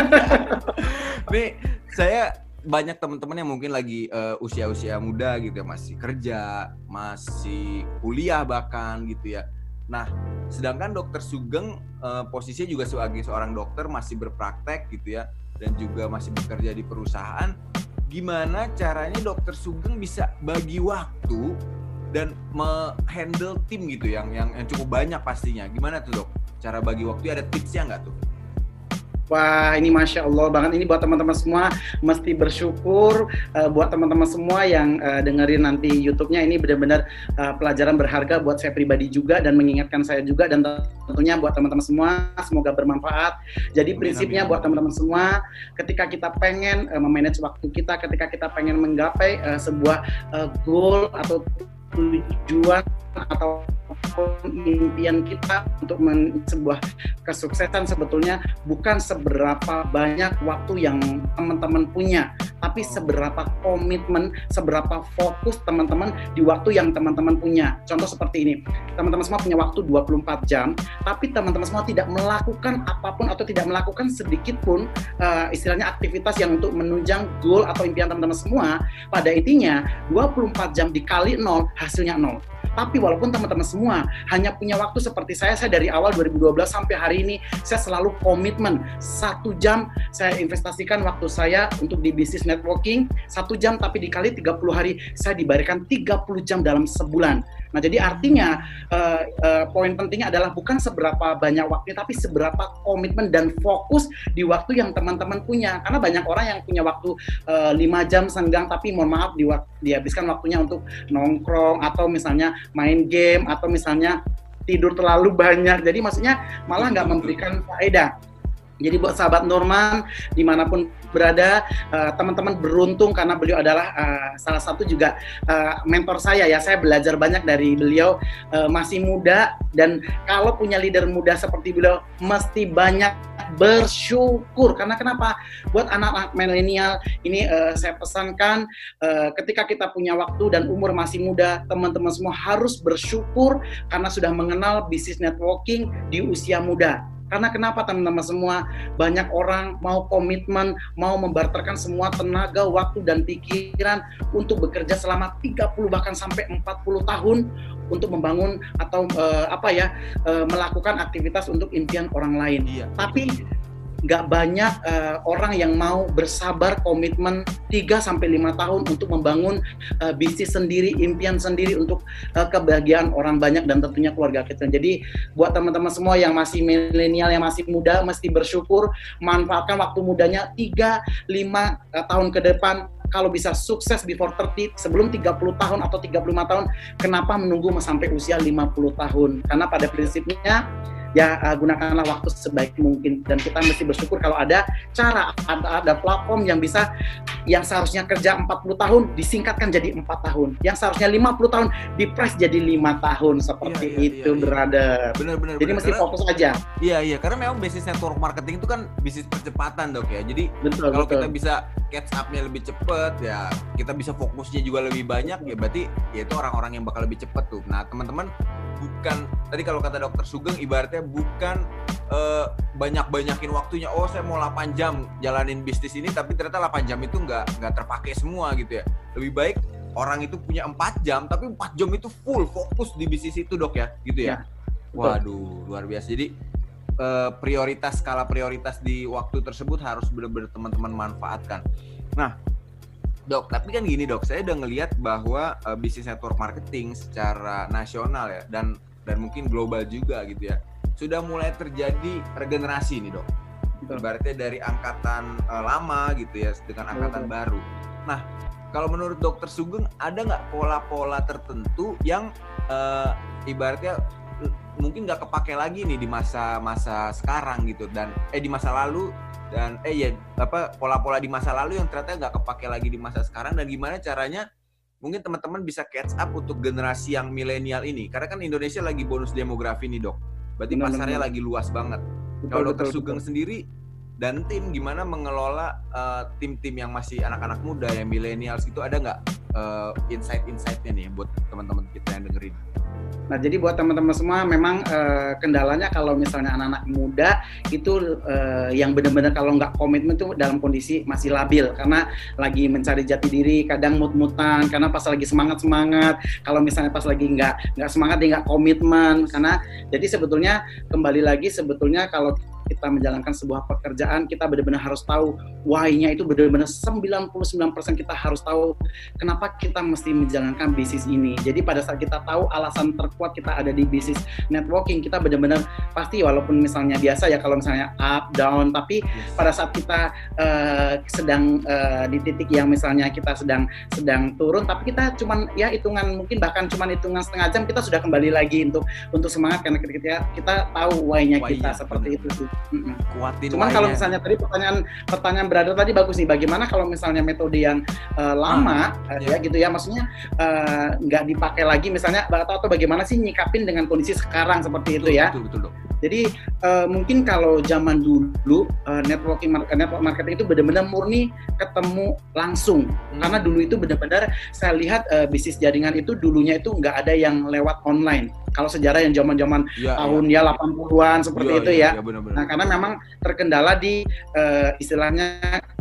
Nih saya banyak teman-teman yang mungkin lagi usia-usia muda gitu ya, masih kerja, masih kuliah bahkan gitu ya. Nah, sedangkan Dokter Sugeng posisinya juga sebagai seorang dokter, masih berpraktek gitu ya, dan juga masih bekerja di perusahaan. Gimana caranya Dokter Sugeng bisa bagi waktu dan handle tim gitu yang cukup banyak pastinya. Gimana tuh Dok? Cara bagi waktu, ada tipsnya nggak tuh? Wah, ini Masya Allah banget. Ini buat teman-teman semua mesti bersyukur. Buat teman-teman semua yang dengerin nanti YouTube-nya, ini benar-benar pelajaran berharga buat saya pribadi juga dan mengingatkan saya juga, dan tentunya buat teman-teman semua semoga bermanfaat. Jadi prinsipnya buat teman-teman semua, ketika kita pengen memanage waktu kita, ketika kita pengen menggapai sebuah goal atau tujuan atau impian kita untuk sebuah kesuksesan, sebetulnya bukan seberapa banyak waktu yang teman-teman punya, tapi seberapa komitmen, seberapa fokus teman-teman di waktu yang teman-teman punya. Contoh seperti ini, teman-teman semua punya waktu 24 jam, tapi teman-teman semua tidak melakukan apapun atau tidak melakukan sedikit pun istilahnya aktivitas yang untuk menunjang goal atau impian teman-teman semua. Pada intinya 24 jam dikali 0, hasilnya 0. Tapi walaupun teman-teman semua hanya punya waktu seperti saya dari awal 2012 sampai hari ini, saya selalu komitmen 1 jam saya investasikan waktu saya untuk di bisnis networking, 1 jam tapi dikali 30 hari, saya diberikan 30 jam dalam sebulan. Nah, jadi artinya poin pentingnya adalah bukan seberapa banyak waktu, tapi seberapa komitmen dan fokus di waktu yang teman-teman punya. Karena banyak orang yang punya waktu 5 jam senggang, tapi mohon maaf dihabiskan waktunya untuk nongkrong atau misalnya main game atau misalnya tidur terlalu banyak. Jadi maksudnya malah nggak memberikan faedah. Jadi buat sahabat Norman dimanapun berada, teman-teman beruntung karena beliau adalah salah satu juga mentor saya ya. Saya belajar banyak dari beliau, masih muda, dan kalau punya leader muda seperti beliau mesti banyak bersyukur. Karena kenapa? Buat anak-anak milenial ini saya pesankan, ketika kita punya waktu dan umur masih muda, teman-teman semua harus bersyukur karena sudah mengenal bisnis networking di usia muda. Karena kenapa teman-teman semua? Banyak orang mau komitmen, mau membarterkan semua tenaga, waktu, dan pikiran untuk bekerja selama 30 bahkan sampai 40 tahun untuk membangun atau melakukan aktivitas untuk impian orang lain. Iya. Tapi nggak banyak orang yang mau bersabar komitmen 3-5 tahun untuk membangun bisnis sendiri, impian sendiri untuk kebahagiaan orang banyak dan tentunya keluarga kita. Jadi buat teman-teman semua yang masih milenial, yang masih muda, mesti bersyukur, manfaatkan waktu mudanya 3-5 tahun ke depan. Kalau bisa sukses before 30, sebelum 30 tahun atau 35 tahun, kenapa menunggu sampai usia 50 tahun? Karena pada prinsipnya ya gunakanlah waktu sebaik mungkin, dan kita mesti bersyukur kalau ada cara, ada platform yang bisa, yang seharusnya kerja 40 tahun disingkatkan jadi 4 tahun, yang seharusnya 50 tahun di-press jadi 5 tahun, seperti itu. Brother. Benar. Jadi mesti fokus aja. Iya, karena memang bisnis network marketing itu kan bisnis percepatan Dok ya. Jadi kalau kita bisa catch up-nya lebih cepat, ya kita bisa fokusnya juga lebih banyak, ya berarti ya itu orang-orang yang bakal lebih cepat tuh. Nah teman-teman, bukan tadi kalau kata Dokter Sugeng ibaratnya bukan banyak-banyakin waktunya. Oh, saya mau 8 jam jalanin bisnis ini, tapi ternyata 8 jam itu nggak terpakai semua gitu ya. Lebih baik orang itu punya 4 jam, tapi 4 jam itu full fokus di bisnis itu, Dok ya, gitu ya. Waduh, luar biasa. Jadi skala prioritas di waktu tersebut harus benar-benar teman-teman manfaatkan. Nah, Dok, tapi kan gini Dok, saya udah ngelihat bahwa bisnis network marketing secara nasional ya dan mungkin global juga gitu ya, sudah mulai terjadi regenerasi nih Dok. Ibaratnya dari angkatan lama gitu ya dengan angkatan baru. Nah, kalau menurut Dokter Sugeng ada nggak pola-pola tertentu yang ibaratnya mungkin nggak kepake lagi nih di masa sekarang gitu dan di masa lalu dan pola-pola di masa lalu yang ternyata nggak kepake lagi di masa sekarang, dan gimana caranya mungkin teman-teman bisa catch up untuk generasi yang milenial ini, karena kan Indonesia lagi bonus demografi nih Dok, berarti pasarnya lagi luas banget. Kalau Dokter Sugeng sendiri dan tim gimana mengelola tim-tim yang masih anak-anak muda yang milenials gitu, ada nggak insight-insightnya nih buat teman-teman kita yang dengerin? Nah, jadi buat teman-teman semua memang kendalanya kalau misalnya anak-anak muda itu yang benar-benar kalau nggak komitmen itu dalam kondisi masih labil karena lagi mencari jati diri, kadang mut-mutan karena pas lagi semangat, kalau misalnya pas lagi nggak semangat dia nggak komitmen. Karena jadi sebetulnya kembali lagi sebetulnya kalau kita menjalankan sebuah pekerjaan, kita benar-benar harus tahu why-nya itu benar-benar 99% kita harus tahu kenapa kita mesti menjalankan bisnis ini. Jadi pada saat kita tahu alasan terkuat kita ada di bisnis networking, kita benar-benar pasti walaupun misalnya biasa ya kalau misalnya up, down, tapi pada saat kita sedang di titik yang misalnya kita sedang turun, tapi kita cuman ya hitungan mungkin bahkan cuman hitungan setengah jam kita sudah kembali lagi untuk semangat karena kita tahu why-nya kita seperti itu sih. Kuatin. Cuman kalau misalnya tadi pertanyaan brother tadi bagus nih, bagaimana kalau misalnya metode yang lama ya gitu ya, maksudnya nggak dipakai lagi misalnya atau bagaimana sih nyikapin dengan kondisi sekarang seperti itu ya. Betul. Jadi mungkin kalau zaman dulu network marketing itu benar-benar murni ketemu langsung. Karena dulu itu benar-benar saya lihat bisnis jaringan itu dulunya itu nggak ada yang lewat online. Kalau sejarah yang zaman-zaman tahun 80-an seperti itu ya. Nah, karena memang terkendala di istilahnya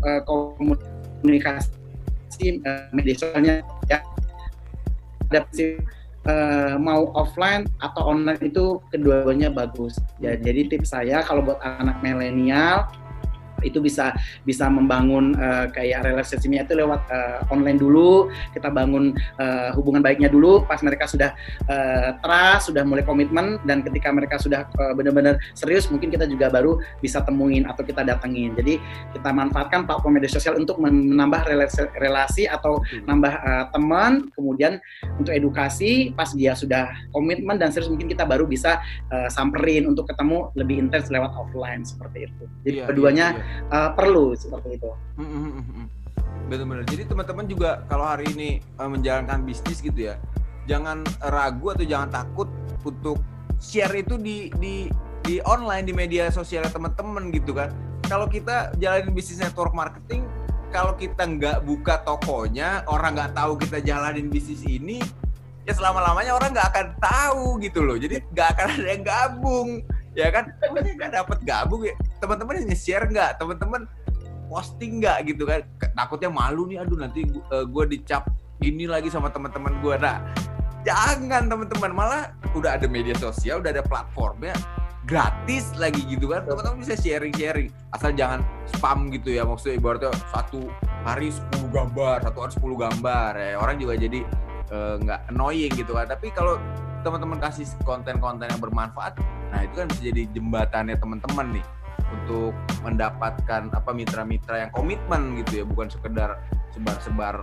komunikasi media sosialnya ya. Ada mau offline atau online itu kedua-duanya bagus. Ya, jadi tips saya kalau buat anak milenial itu bisa membangun kayak relationship-nya itu lewat online dulu. Kita bangun hubungan baiknya dulu pas mereka sudah trust, sudah mulai komitmen, dan ketika mereka sudah benar-benar serius mungkin kita juga baru bisa temuin atau kita datengin. Jadi kita manfaatkan platform media sosial untuk menambah relasi atau nambah teman, kemudian untuk edukasi pas dia sudah komitmen dan serius mungkin kita baru bisa samperin untuk ketemu lebih intens lewat offline seperti itu. Jadi keduanya perlu seperti itu. Benar-benar. Jadi teman-teman juga kalau hari ini menjalankan bisnis gitu ya, jangan ragu atau jangan takut untuk share itu di online, di media sosial teman-teman gitu kan. Kalau kita jalanin bisnis network marketing, kalau kita nggak buka tokonya, orang nggak tahu kita jalanin bisnis ini, ya selama-lamanya orang nggak akan tahu gitu loh. Jadi nggak akan ada yang gabung. Ya kan, temennya nggak dapat gabung ya, teman-teman nge-share nggak, teman-teman posting nggak gitu kan, takutnya malu nih, aduh nanti gue dicap ini lagi sama teman-teman gue. Nah, jangan teman-teman, malah udah ada media sosial, udah ada platformnya gratis lagi gitu kan, teman-teman bisa sharing, asal jangan spam gitu ya, maksudnya ibaratnya satu hari 10 gambar, satu hari 10 gambar ya, orang juga jadi nggak annoying gitu kan. Tapi kalau teman-teman kasih konten-konten yang bermanfaat, nah itu kan bisa jadi jembatannya teman-teman nih untuk mendapatkan mitra-mitra yang komitmen gitu ya, bukan sekedar sebar-sebar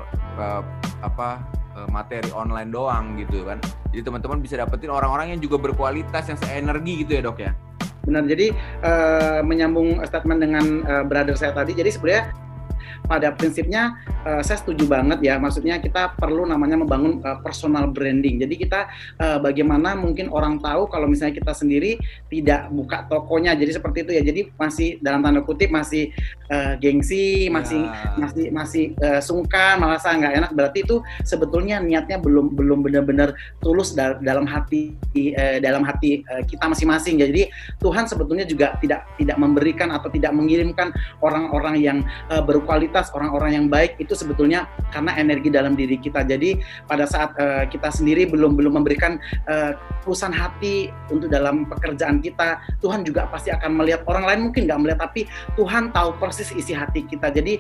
materi online doang gitu kan. Jadi teman-teman bisa dapetin orang-orang yang juga berkualitas, yang seenergi gitu ya Dok ya. Benar, jadi menyambung statement dengan brother saya tadi, jadi sebenarnya pada prinsipnya saya setuju banget ya. Maksudnya kita perlu namanya membangun personal branding. Jadi kita bagaimana mungkin orang tahu kalau misalnya kita sendiri tidak buka tokonya. Jadi seperti itu ya. Jadi masih dalam tanda kutip masih gengsi, masih sungkan, merasa nggak enak. Berarti itu sebetulnya niatnya belum benar-benar tulus dalam hati kita masing-masing. Jadi Tuhan sebetulnya juga tidak memberikan atau tidak mengirimkan orang-orang yang berkualitas, orang-orang yang baik itu sebetulnya karena energi dalam diri kita. Jadi pada saat kita sendiri belum memberikan ketulusan hati untuk dalam pekerjaan kita, Tuhan juga pasti akan melihat. Orang lain mungkin nggak melihat, tapi Tuhan tahu persis isi hati kita. Jadi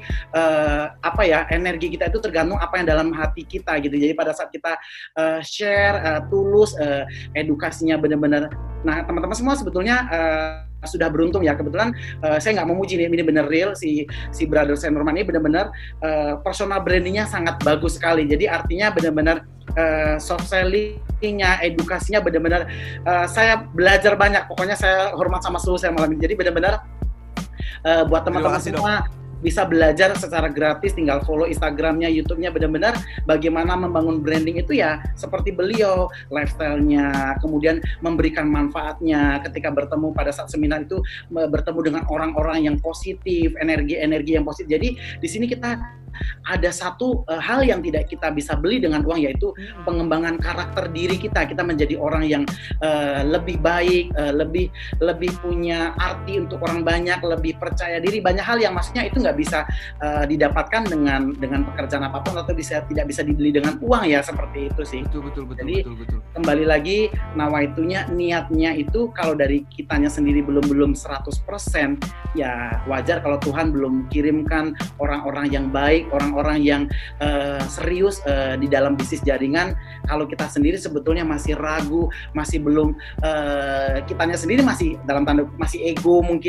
energi kita itu tergantung apa yang dalam hati kita gitu. Jadi pada saat kita share tulus, edukasinya benar-benar. Nah, teman-teman semua sebetulnya sudah beruntung ya, kebetulan saya nggak memuji ini benar real, si brother saya Norman ini benar-benar personal brandingnya sangat bagus sekali. Jadi artinya benar-benar soft selling-nya, edukasinya benar-benar saya belajar banyak. Pokoknya saya hormat sama seluruh saya malam ini. Jadi benar-benar buat teman-teman semua bisa belajar secara gratis, tinggal follow Instagramnya, YouTube-nya, benar-benar bagaimana membangun branding itu ya seperti beliau, lifestyle-nya, kemudian memberikan manfaatnya ketika bertemu pada saat seminar itu, bertemu dengan orang-orang yang positif, energi-energi yang positif. Jadi di sini kita ada satu hal yang tidak kita bisa beli dengan uang, yaitu pengembangan karakter diri kita. Kita menjadi orang yang lebih baik, lebih punya arti untuk orang banyak, lebih percaya diri. Banyak hal yang maksudnya itu nggak bisa didapatkan dengan pekerjaan apapun atau tidak bisa dibeli dengan uang ya, seperti itu sih. Betul. Jadi kembali lagi nawaitunya, niatnya itu kalau dari kitanya sendiri belum 100%, ya wajar kalau Tuhan belum kirimkan orang-orang yang baik, orang-orang yang serius di dalam bisnis jaringan. Kalau kita sendiri sebetulnya masih ragu, masih belum, kitanya sendiri masih dalam tanda masih ego, mungkin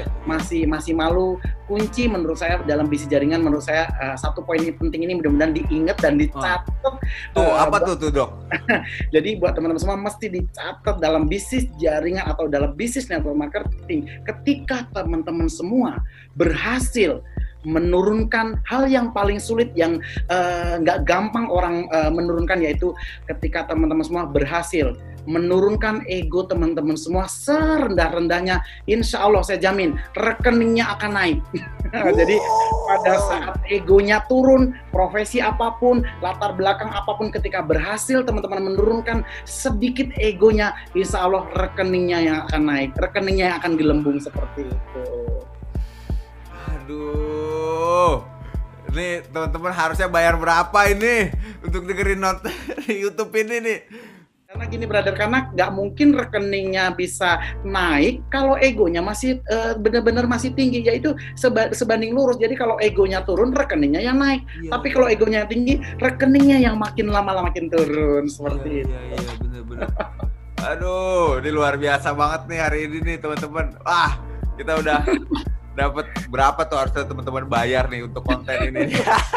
masih malu. Kunci menurut saya dalam bisnis jaringan, menurut saya satu poin penting ini mudah-mudahan diingat dan dicatat. Apa tuh Dok? Jadi buat teman-teman semua mesti dicatat dalam bisnis jaringan atau dalam bisnis network marketing. Ketika teman-teman semua berhasil menurunkan hal yang paling sulit, yang nggak gampang orang menurunkan, yaitu ketika teman-teman semua berhasil menurunkan ego teman-teman semua serendah-rendahnya, insya Allah saya jamin rekeningnya akan naik. Jadi pada saat egonya turun, profesi apapun, latar belakang apapun, ketika berhasil teman-teman menurunkan sedikit egonya, insya Allah rekeningnya yang akan naik, rekeningnya yang akan gelembung seperti itu. Aduh, ini teman-teman harusnya bayar berapa ini untuk dengerin not di YouTube ini nih? Karena gini brother, karena nggak mungkin rekeningnya bisa naik kalau egonya masih benar-benar masih tinggi, yaitu sebanding lurus. Jadi kalau egonya turun, rekeningnya yang naik. Iya. Tapi kalau egonya tinggi, rekeningnya yang makin lama makin turun, seperti itu. Iya, benar-benar. Aduh, ini luar biasa banget nih hari ini nih teman-teman. Wah, kita udah dapat berapa tuh, harusnya teman-teman bayar nih untuk konten ini.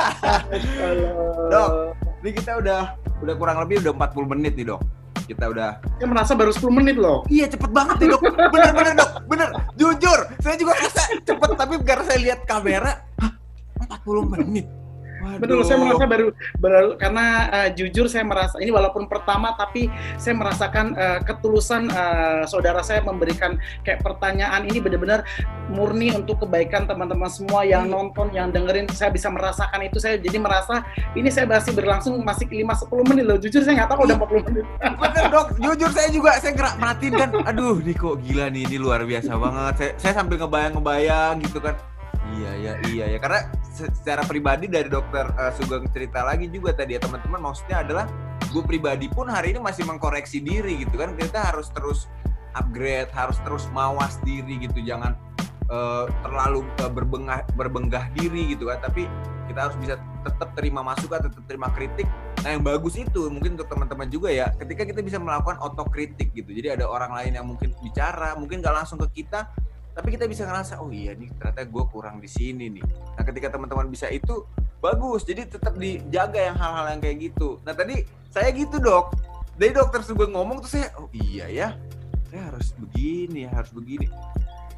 Dok, ini kita udah kurang lebih udah 40 menit nih Dok. Kita udah. Saya merasa baru 10 menit loh. Iya, cepet banget nih Dok. Bener Dok, bener. Jujur, saya juga rasa cepet, tapi karena saya lihat kamera, 40 menit. Waduh. Betul, saya merasa baru karena jujur saya merasa ini walaupun pertama, tapi saya merasakan ketulusan saudara saya memberikan kayak pertanyaan ini benar-benar murni untuk kebaikan teman-teman semua yang nonton, yang dengerin. Saya bisa merasakan itu, saya jadi merasa ini saya masih berlangsung masih 5-10 menit loh. Jujur saya nggak tahu udah 40 menit. Bener Dok, jujur saya juga, saya merhatiin kan, aduh nih kok gila nih, ini luar biasa banget. Saya sambil ngebayang gitu kan. Iya ya, karena secara pribadi dari Dokter Sugeng cerita lagi juga tadi ya teman-teman, maksudnya adalah gue pribadi pun hari ini masih mengkoreksi diri gitu kan. Kita harus terus upgrade, harus terus mawas diri gitu, jangan terlalu berbenggah diri gitu kan, tapi kita harus bisa tetap terima masukan, tetap terima kritik. Nah yang bagus itu mungkin untuk teman-teman juga ya, ketika kita bisa melakukan otokritik gitu, jadi ada orang lain yang mungkin bicara, mungkin nggak langsung ke kita, tapi kita bisa ngerasa, oh iya nih ternyata gue kurang di sini nih. Nah ketika teman-teman bisa itu, bagus. Jadi tetap dijaga yang hal-hal yang kayak gitu. Nah tadi saya gitu Dok, dari Dokter Sugeng ngomong tuh saya, oh iya ya, saya harus begini, harus begini.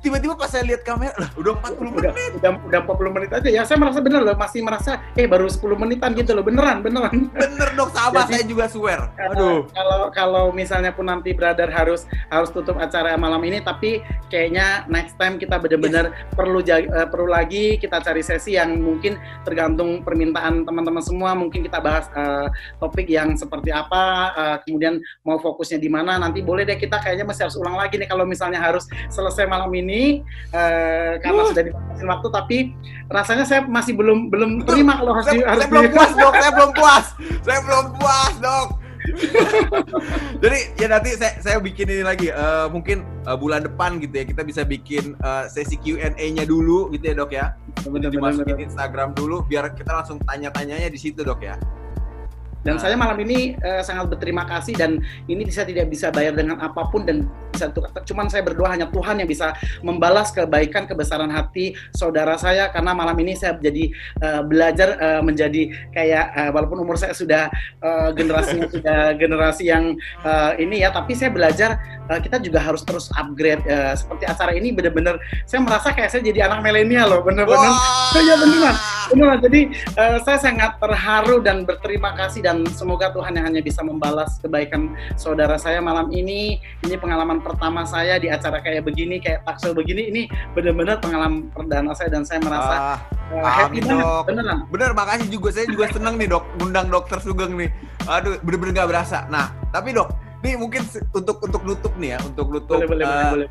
tiba-tiba pas saya lihat kamera, lah udah 40 menit. Udah 40 menit aja ya. Saya merasa bener loh, masih merasa baru 10 menitan gitu loh. Beneran. Bener dok, sama Jadi, saya juga swear. Aduh. Kalau misalnya pun nanti brother harus tutup acara malam ini, tapi kayaknya next time kita benar-benar perlu lagi kita cari sesi yang mungkin tergantung permintaan teman-teman semua. Mungkin kita bahas topik yang seperti apa, kemudian mau fokusnya di mana. Nanti boleh deh, kita kayaknya masih harus ulang lagi nih kalau misalnya harus selesai malam ini karena sudah dibatasin waktu. Tapi rasanya saya masih belum terima kalau harus saya belum puas dok, saya belum puas dok. Jadi ya nanti saya bikin ini lagi, mungkin bulan depan gitu ya, kita bisa bikin sesi Q&A-nya dulu gitu ya dok ya. Dimasukin Instagram dulu biar kita langsung tanya-tanyanya di situ dok ya. Dan saya malam ini sangat berterima kasih, dan ini tidak bisa bayar dengan apapun, dan cuman saya berdoa hanya Tuhan yang bisa membalas kebaikan kebesaran hati saudara saya, karena malam ini saya jadi belajar menjadi kayak walaupun umur saya sudah generasinya sudah generasi yang ini ya, tapi saya belajar kita juga harus terus upgrade. Seperti acara ini benar-benar saya merasa kayak saya jadi anak milenial loh, benar-benar. Ya benar. Jadi saya sangat terharu dan berterima kasih, dan semoga Tuhan yang hanya bisa membalas kebaikan saudara saya malam ini. Ini pengalaman pertama saya di acara kayak begini, kayak talkshow begini. Ini benar-benar pengalaman perdana saya, dan saya merasa happy banget, beneran. Bener, makasih juga. Saya juga seneng nih dok, ngundang Dokter Sugeng nih. Aduh, bener-bener gak berasa. Nah, tapi dok, nih mungkin untuk nutup nih ya, untuk nutup boleh.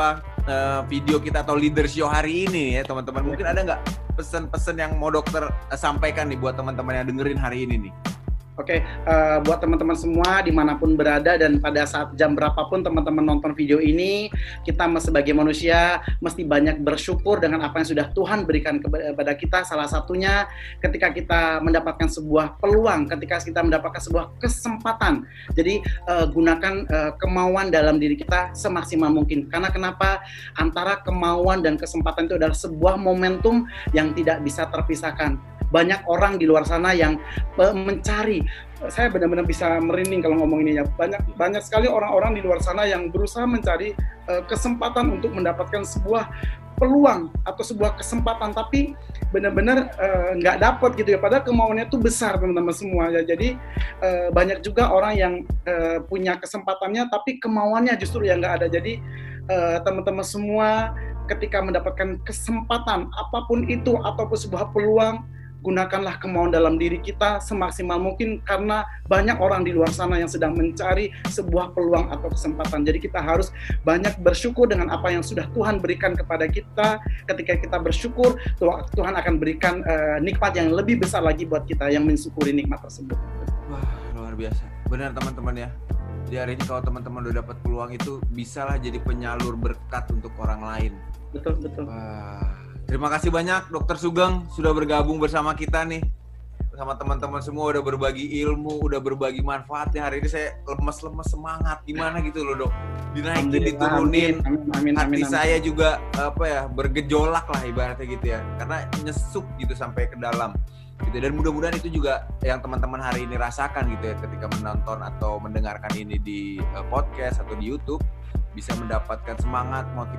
Video kita atau leader show hari ini ya teman-teman. Mungkin ada nggak pesan-pesan yang mau dokter sampaikan nih buat teman-teman yang dengerin hari ini nih? Oke, buat teman-teman semua dimanapun berada dan pada saat jam berapapun teman-teman nonton video ini, kita sebagai manusia mesti banyak bersyukur dengan apa yang sudah Tuhan berikan kepada kita. Salah satunya ketika kita mendapatkan sebuah peluang, ketika kita mendapatkan sebuah kesempatan. Jadi gunakan kemauan dalam diri kita semaksimal mungkin. Karena kenapa? Antara kemauan dan kesempatan itu adalah sebuah momentum yang tidak bisa terpisahkan. Banyak orang di luar sana yang mencari, saya benar-benar bisa merinding kalau ngomong ini ya. Banyak sekali orang-orang di luar sana yang berusaha mencari kesempatan untuk mendapatkan sebuah peluang atau sebuah kesempatan, tapi benar-benar nggak dapat gitu ya. Padahal kemauannya itu besar teman-teman semua ya. Jadi banyak juga orang yang punya kesempatannya, tapi kemauannya justru yang nggak ada. Jadi teman-teman semua ketika mendapatkan kesempatan apapun itu ataupun sebuah peluang, gunakanlah kemauan dalam diri kita semaksimal mungkin, karena banyak orang di luar sana yang sedang mencari sebuah peluang atau kesempatan. Jadi kita harus banyak bersyukur dengan apa yang sudah Tuhan berikan kepada kita. Ketika kita bersyukur, Tuhan akan berikan nikmat yang lebih besar lagi buat kita yang mensyukuri nikmat tersebut. Wah, luar biasa. Benar teman-teman ya. Di hari ini kalau teman-teman udah dapat peluang itu, bisalah jadi penyalur berkat untuk orang lain. Betul. Wah. Terima kasih banyak Dokter Sugeng sudah bergabung bersama kita nih. Sama teman-teman semua udah berbagi ilmu, udah berbagi manfaatnya. Hari ini saya lemes-lemes semangat gimana gitu loh dok. Dinaikin, diturunin. Amin. Hati saya juga bergejolak lah ibaratnya gitu ya. Karena nyesuk gitu sampai ke dalam. Gitu. Dan mudah-mudahan itu juga yang teman-teman hari ini rasakan gitu ya ketika menonton atau mendengarkan ini di podcast atau di YouTube. Bisa mendapatkan semangat,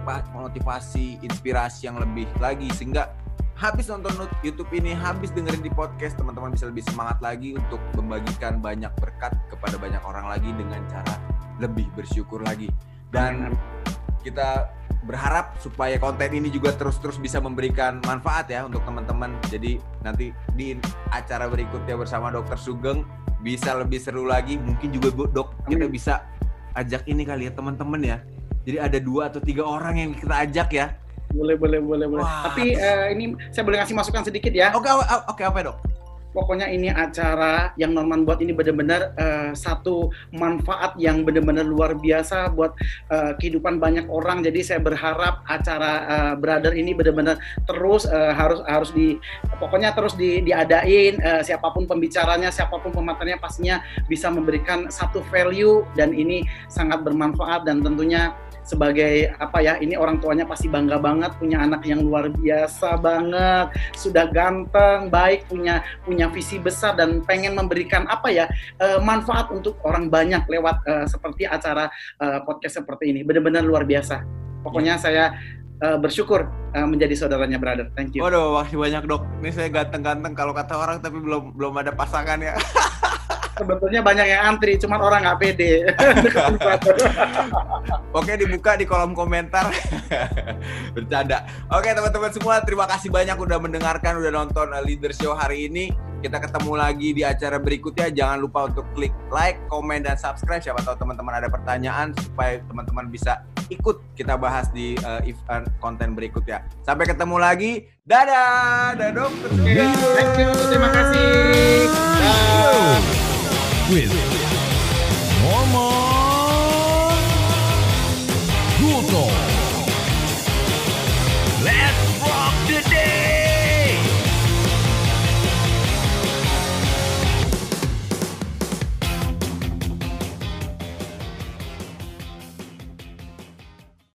motivasi, inspirasi yang lebih lagi, sehingga habis nonton YouTube ini, habis dengerin di podcast, teman-teman bisa lebih semangat lagi untuk membagikan banyak berkat kepada banyak orang lagi dengan cara lebih bersyukur lagi. Dan kita berharap supaya konten ini juga terus bisa memberikan manfaat ya untuk teman-teman. Jadi nanti di acara berikutnya bersama Dokter Sugeng bisa lebih seru lagi. Mungkin juga dok kita bisa ajak ini kali ya teman-teman ya. Jadi ada 2 atau 3 orang yang kita ajak ya. Boleh. Tapi ini saya boleh ngasih masukan sedikit ya. Oke, apa dok? Pokoknya ini acara yang Norman buat ini benar-benar satu manfaat yang benar-benar luar biasa buat kehidupan banyak orang. Jadi saya berharap acara Brother ini benar-benar terus harus pokoknya terus diadain. Siapapun pembicaranya, siapapun pematerinya pastinya bisa memberikan satu value, dan ini sangat bermanfaat. Dan tentunya sebagai ini orang tuanya pasti bangga banget punya anak yang luar biasa banget, sudah ganteng, baik, punya visi besar dan pengen memberikan manfaat untuk orang banyak lewat seperti acara podcast seperti ini. Benar-benar luar biasa. Pokoknya saya bersyukur menjadi saudaranya brother. Thank you. Waduh, makasih banyak dok. Ini saya ganteng-ganteng kalau kata orang, tapi belum ada pasangan ya. Sebetulnya banyak yang antri, cuman orang nggak pede. Oke, dibuka di kolom komentar. Bercanda. Oke teman-teman semua, terima kasih banyak udah mendengarkan, udah nonton Leader Show hari ini. Kita ketemu lagi di acara berikutnya. Jangan lupa untuk klik like, komen, dan subscribe. Siapa tahu teman-teman ada pertanyaan supaya teman-teman bisa ikut kita bahas di event konten berikutnya. Sampai ketemu lagi. Dadah, dok. Thank you, terima kasih. With Norman